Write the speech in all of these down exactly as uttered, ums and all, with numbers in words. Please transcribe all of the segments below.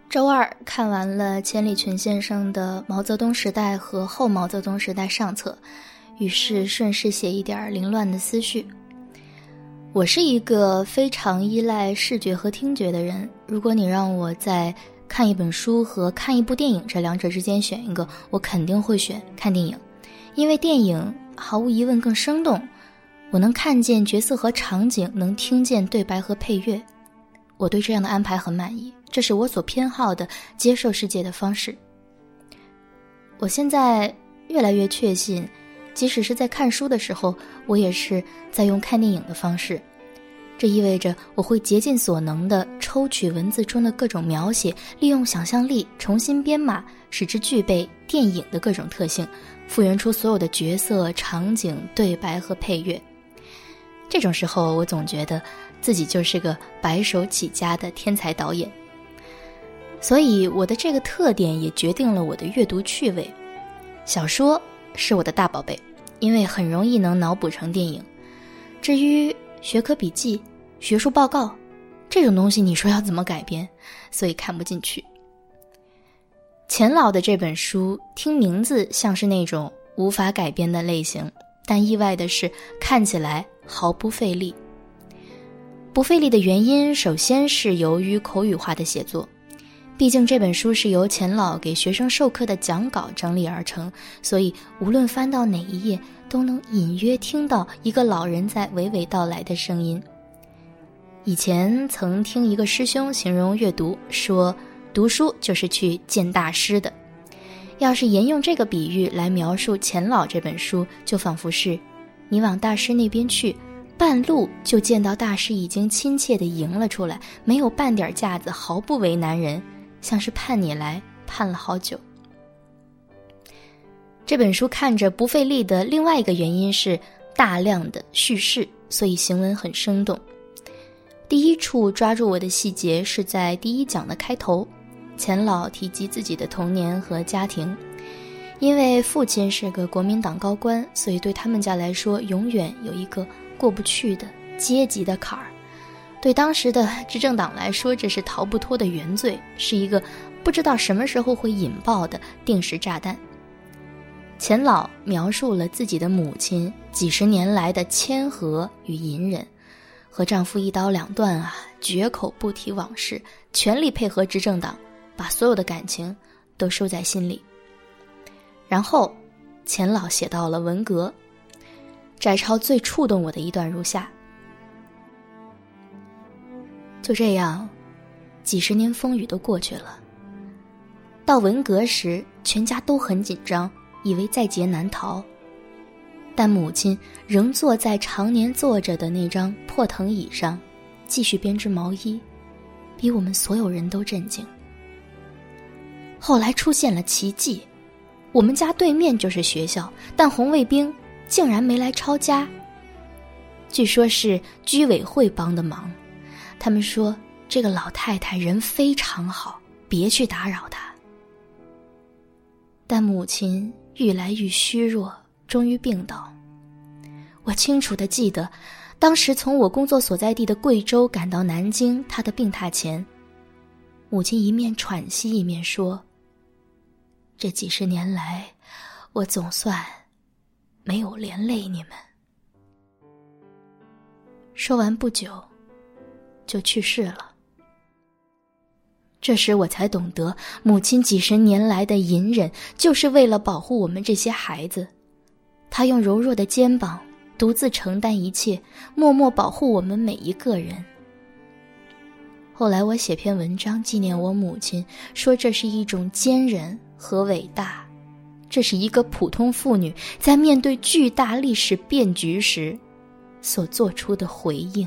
周二看完了钱理群先生的毛泽东时代和后毛泽东时代上册，于是顺势写一点凌乱的思绪。我是一个非常依赖视觉和听觉的人，如果你让我在看一本书和看一部电影这两者之间选一个，我肯定会选看电影，因为电影毫无疑问更生动，我能看见角色和场景，能听见对白和配乐。我对这样的安排很满意，这是我所偏好的接受世界的方式。我现在越来越确信，即使是在看书的时候，我也是在用看电影的方式。这意味着我会竭尽所能地抽取文字中的各种描写，利用想象力重新编码，使之具备电影的各种特性，复原出所有的角色、场景、对白和配乐。这种时候，我总觉得自己就是个白手起家的天才导演。所以我的这个特点也决定了我的阅读趣味。小说是我的大宝贝，因为很容易能脑补成电影。至于学科笔记、学术报告这种东西，你说要怎么改编，所以看不进去。钱老的这本书听名字像是那种无法改编的类型，但意外的是看起来毫不费力。不费力的原因首先是由于口语化的写作，毕竟这本书是由钱老给学生授课的讲稿整理而成，所以无论翻到哪一页都能隐约听到一个老人在娓娓道来的声音。以前曾听一个师兄形容阅读，说读书就是去见大师的。要是沿用这个比喻来描述钱老这本书，就仿佛是你往大师那边去，半路就见到大师已经亲切地迎了出来，没有半点架子，毫不为难人，像是盼你来盼了好久。这本书看着不费力的另外一个原因是大量的叙事，所以行文很生动。第一处抓住我的细节是在第一讲的开头，钱老提及自己的童年和家庭。因为父亲是个国民党高官，所以对他们家来说永远有一个过不去的阶级的坎儿。对当时的执政党来说，这是逃不脱的原罪，是一个不知道什么时候会引爆的定时炸弹。钱老描述了自己的母亲几十年来的谦和与隐忍，和丈夫一刀两断啊，绝口不提往事，全力配合执政党，把所有的感情都收在心里。然后钱老写到了文革，摘抄最触动我的一段如下：就这样，几十年风雨都过去了。到文革时，全家都很紧张，以为在劫难逃。但母亲仍坐在常年坐着的那张破藤椅上，继续编织毛衣，比我们所有人都震惊。后来出现了奇迹，我们家对面就是学校，但红卫兵竟然没来抄家。据说是居委会帮的忙，他们说这个老太太人非常好，别去打扰她。但母亲愈来愈虚弱，终于病倒。我清楚地记得，当时从我工作所在地的贵州赶到南京，她的病榻前，母亲一面喘息一面说：这几十年来，我总算没有连累你们。说完不久就去世了。这时我才懂得，母亲几十年来的隐忍，就是为了保护我们这些孩子。她用柔弱的肩膀独自承担一切，默默保护我们每一个人。后来我写篇文章纪念我母亲，说这是一种坚韧和伟大，这是一个普通妇女在面对巨大历史变局时所做出的回应。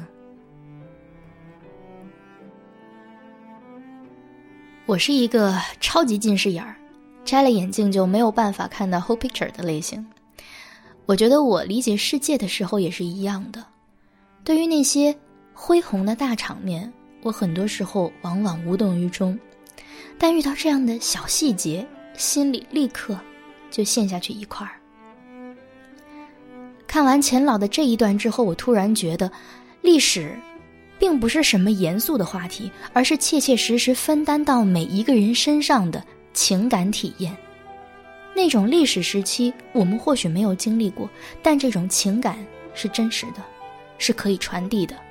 我是一个超级近视眼儿，摘了眼镜就没有办法看到 whole picture 的类型。我觉得我理解世界的时候也是一样的，对于那些恢宏的大场面，我很多时候往往无动于衷，但遇到这样的小细节，心里立刻就陷下去一块儿。看完钱老的这一段之后，我突然觉得历史并不是什么严肃的话题，而是切切实实分担到每一个人身上的情感体验。那种历史时期我们或许没有经历过，但这种情感是真实的，是可以传递的。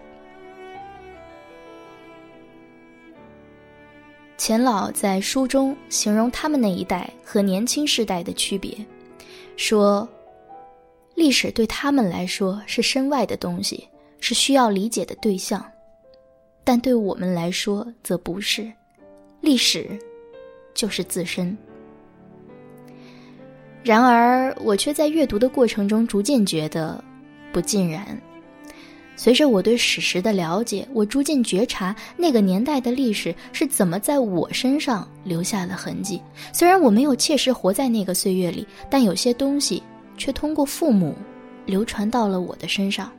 钱老在书中形容他们那一代和年轻世代的区别，说历史对他们来说是身外的东西，是需要理解的对象，但对我们来说则不是，历史就是自身。然而我却在阅读的过程中逐渐觉得不尽然。随着我对史实的了解，我逐渐觉察那个年代的历史是怎么在我身上留下了痕迹。虽然我没有切实活在那个岁月里，但有些东西却通过父母流传到了我的身上。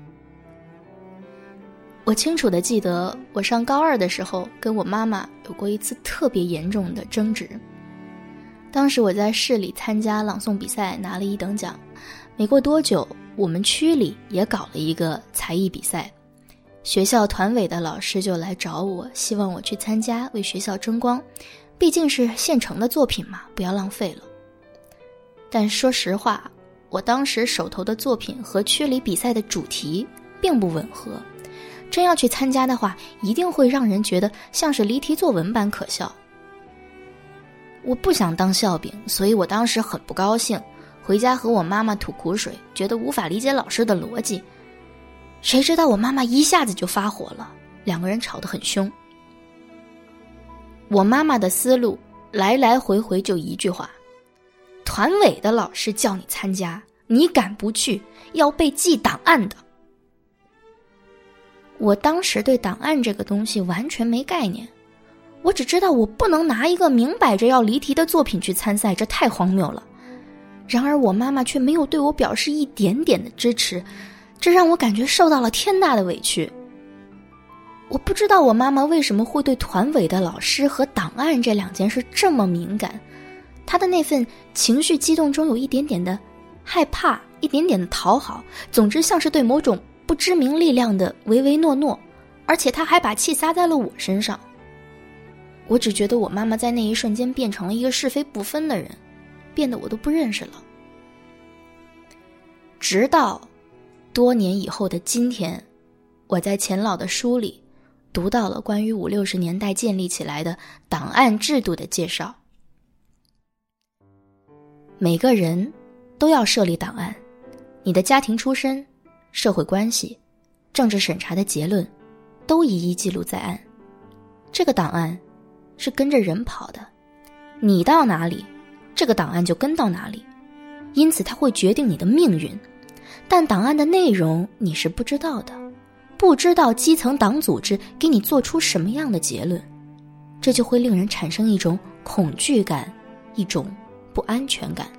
我清楚地记得，我上高二的时候跟我妈妈有过一次特别严重的争执。当时我在市里参加朗诵比赛，拿了一等奖。没过多久，我们区里也搞了一个才艺比赛，学校团委的老师就来找我，希望我去参加，为学校争光，毕竟是现成的作品嘛，不要浪费了。但说实话，我当时手头的作品和区里比赛的主题并不吻合，真要去参加的话，一定会让人觉得像是离题作文般可笑。我不想当笑柄，所以我当时很不高兴，回家和我妈妈吐苦水，觉得无法理解老师的逻辑。谁知道我妈妈一下子就发火了，两个人吵得很凶。我妈妈的思路来来回回就一句话：团委的老师叫你参加，你敢不去，要被记档案的。我当时对档案这个东西完全没概念，我只知道我不能拿一个明摆着要离题的作品去参赛，这太荒谬了。然而我妈妈却没有对我表示一点点的支持，这让我感觉受到了天大的委屈。我不知道我妈妈为什么会对团委的老师和档案这两件事这么敏感，她的那份情绪激动中有一点点的害怕，一点点的讨好，总之像是对某种不知名力量的唯唯诺诺，而且她还把气撒在了我身上。我只觉得我妈妈在那一瞬间变成了一个是非不分的人，变得我都不认识了。直到多年以后的今天，我在钱老的书里读到了关于五六十年代建立起来的档案制度的介绍。每个人都要设立档案，你的家庭出身、社会关系、政治审查的结论都一一记录在案。这个档案是跟着人跑的，你到哪里，这个档案就跟到哪里，因此它会决定你的命运。但档案的内容你是不知道的，不知道基层党组织给你做出什么样的结论，这就会令人产生一种恐惧感，一种不安全感。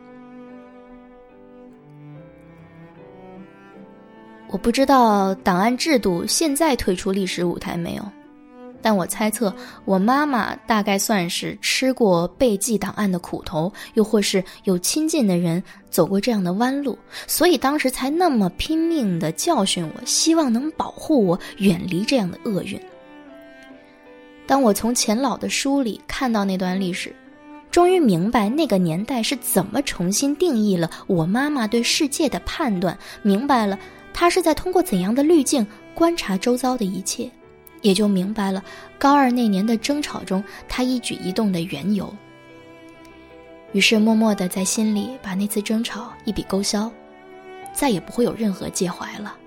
我不知道档案制度现在退出历史舞台没有，但我猜测我妈妈大概算是吃过被记档案的苦头，又或是有亲近的人走过这样的弯路，所以当时才那么拼命地教训我，希望能保护我远离这样的厄运。当我从钱老的书里看到那段历史，终于明白那个年代是怎么重新定义了我妈妈对世界的判断，明白了她是在通过怎样的滤镜观察周遭的一切，也就明白了高二那年的争吵中她一举一动的缘由。于是默默地在心里把那次争吵一笔勾销，再也不会有任何介怀了。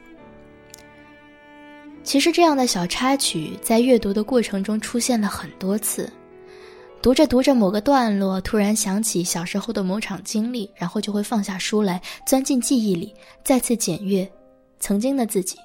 其实这样的小插曲在阅读的过程中出现了很多次，读着读着某个段落，突然想起小时候的某场经历，然后就会放下书来，钻进记忆里，再次检阅曾经的自己。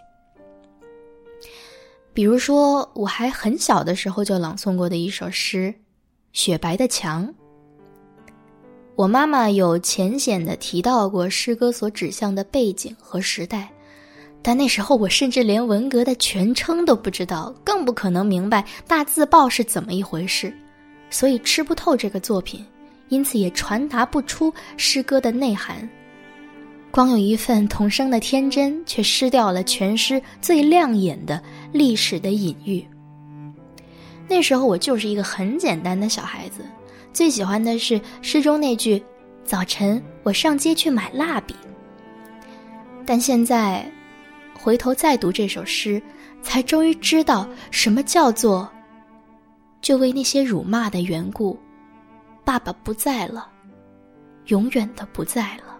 比如说我还很小的时候就朗诵过的一首诗《雪白的墙》，我妈妈有浅显地提到过诗歌所指向的背景和时代，但那时候我甚至连文革的全称都不知道，更不可能明白大字报是怎么一回事，所以吃不透这个作品，因此也传达不出诗歌的内涵。 光有一份童声的天真，却失掉了全诗最亮眼的历史的隐喻。那时候我就是一个很简单的小孩子，最喜欢的是诗中那句早晨我上街去买蜡笔。但现在回头再读这首诗，才终于知道什么叫做就为那些辱骂的缘故，爸爸不在了，永远的不在了。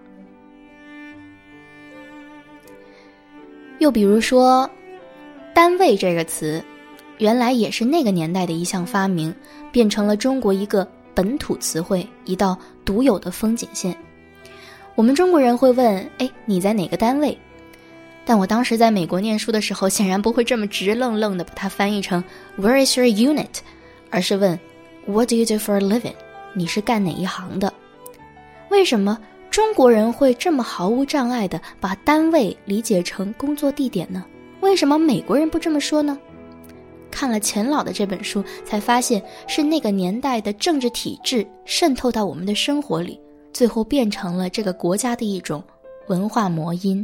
又比如说单位这个词，原来也是那个年代的一项发明，变成了中国一个本土词汇，一道独有的风景线。我们中国人会问，哎，你在哪个单位？但我当时在美国念书的时候，显然不会这么直愣愣的把它翻译成 Where is your unit？ 而是问 What do you do for a living？ 你是干哪一行的？为什么中国人会这么毫无障碍的把单位理解成工作地点呢？为什么美国人不这么说呢？看了钱老的这本书，才发现是那个年代的政治体制渗透到我们的生活里，最后变成了这个国家的一种文化魔音。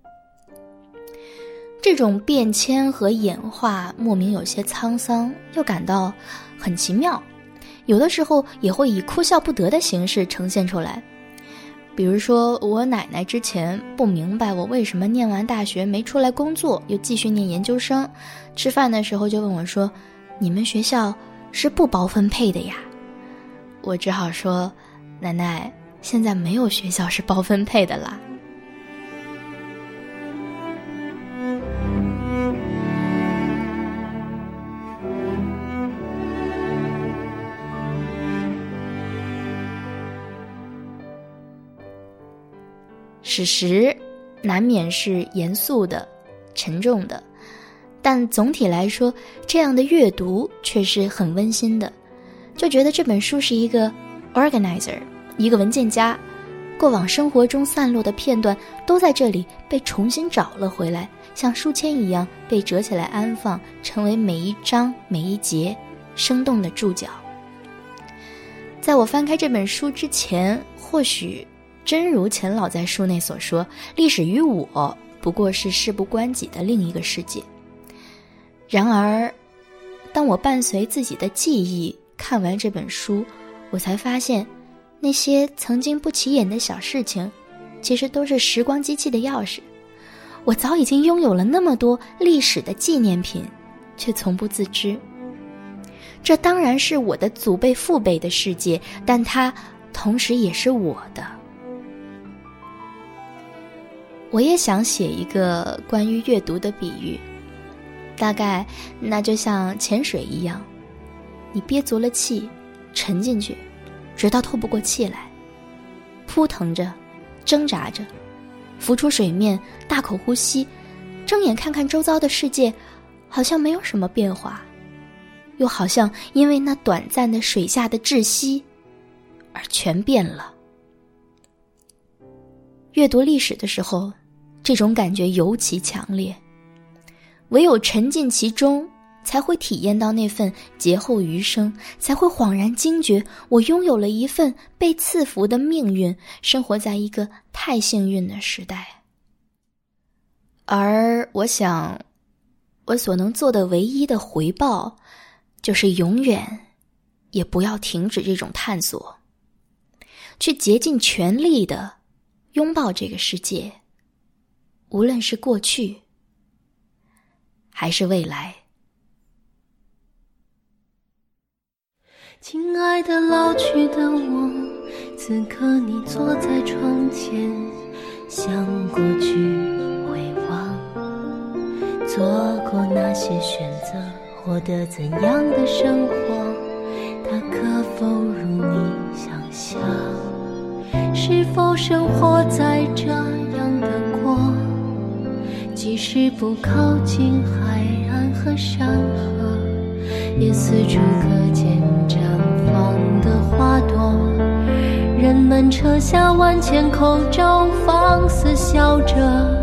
这种变迁和演化莫名有些沧桑，又感到很奇妙，有的时候也会以哭笑不得的形式呈现出来。比如说我奶奶之前不明白我为什么念完大学没出来工作，又继续念研究生，吃饭的时候就问我说，你们学校是不包分配的呀？我只好说，奶奶，现在没有学校是包分配的啦。史实难免是严肃的、沉重的，但总体来说，这样的阅读却是很温馨的，就觉得这本书是一个 organizer， 一个文件夹，过往生活中散落的片段都在这里被重新找了回来，像书签一样被折起来安放，成为每一章每一节生动的注脚。在我翻开这本书之前，或许真如钱老在书内所说，历史于我不过是事不关己的另一个世界。然而当我伴随自己的记忆看完这本书，我才发现那些曾经不起眼的小事情，其实都是时光机器的钥匙。我早已经拥有了那么多历史的纪念品，却从不自知。这当然是我的祖辈父辈的世界，但它同时也是我的。我也想写一个关于阅读的比喻，大概那就像潜水一样，你憋足了气，沉进去，直到透不过气来，扑腾着，挣扎着，浮出水面，大口呼吸，睁眼看看周遭的世界，好像没有什么变化，又好像因为那短暂的水下的窒息而全变了。阅读历史的时候，这种感觉尤其强烈，唯有沉浸其中，才会体验到那份劫后余生，才会恍然惊觉，我拥有了一份被赐福的命运，生活在一个太幸运的时代。而我想，我所能做的唯一的回报，就是永远也不要停止这种探索，去竭尽全力地拥抱这个世界，无论是过去还是未来。 亲爱的老去的我，此刻你坐在窗前，向过去回望，做过哪些选择，获得怎样的生活，它可否如你想象？是否生活在这样的过，即使不靠近海岸和山河，也四处可见绽放的花朵。人们扯下万千口罩，放肆笑着，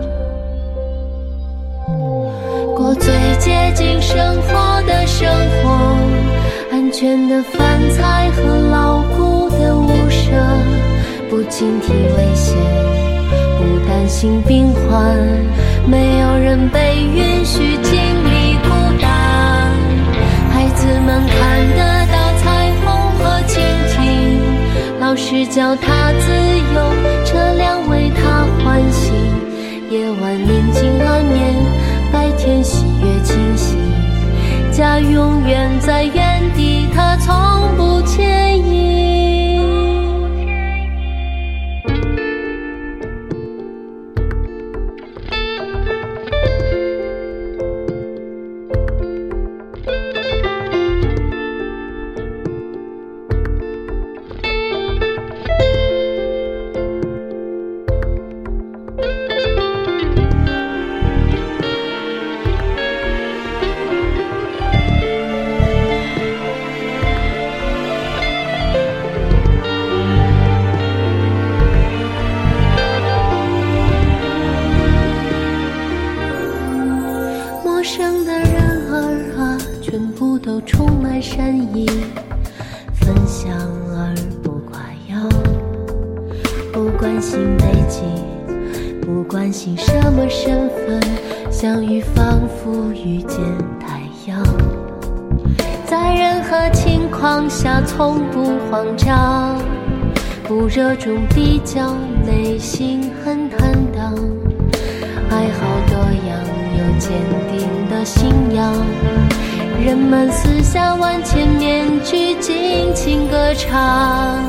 过最接近生活的生活，安全的饭菜和牢固的屋舍，不警惕危险，不担心病患，没有人被允许经历孤单。孩子们看得到彩虹和蜻蜓，老师教他自由，车辆为他欢喜。夜晚宁静安眠，白天喜悦清晰，家永远在原地，他从不迁移。陌生的人儿啊，全部都充满善意，分享而不夸耀，不关心背景，不关心什么身份，相遇仿佛遇见太阳，在任何情况下从不慌张，不热衷比较，内心很坦荡，爱好多样，有坚定的信仰，人们撕下万千面具，尽情歌唱，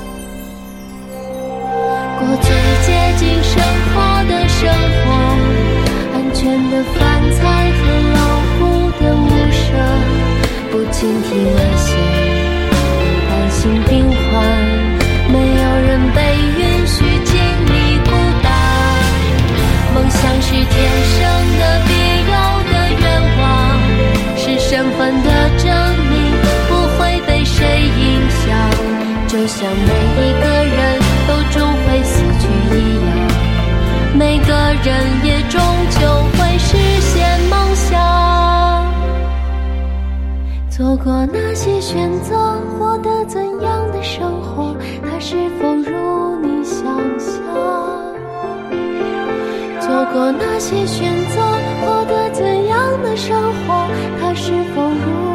过最接近生活的生活，安全的饭菜和老虎的屋舍，不警惕危险，不担心病患，没有人被允许经历孤单。梦想是天生的必有的愿望，是身份的证明，不会被谁影响，就像每一个人都终会死去一样，每个人也终究会实现梦想。做过那些选择，活得怎样的生活，它是否如你想象？做过那些选择，活得怎样的生活，它是否如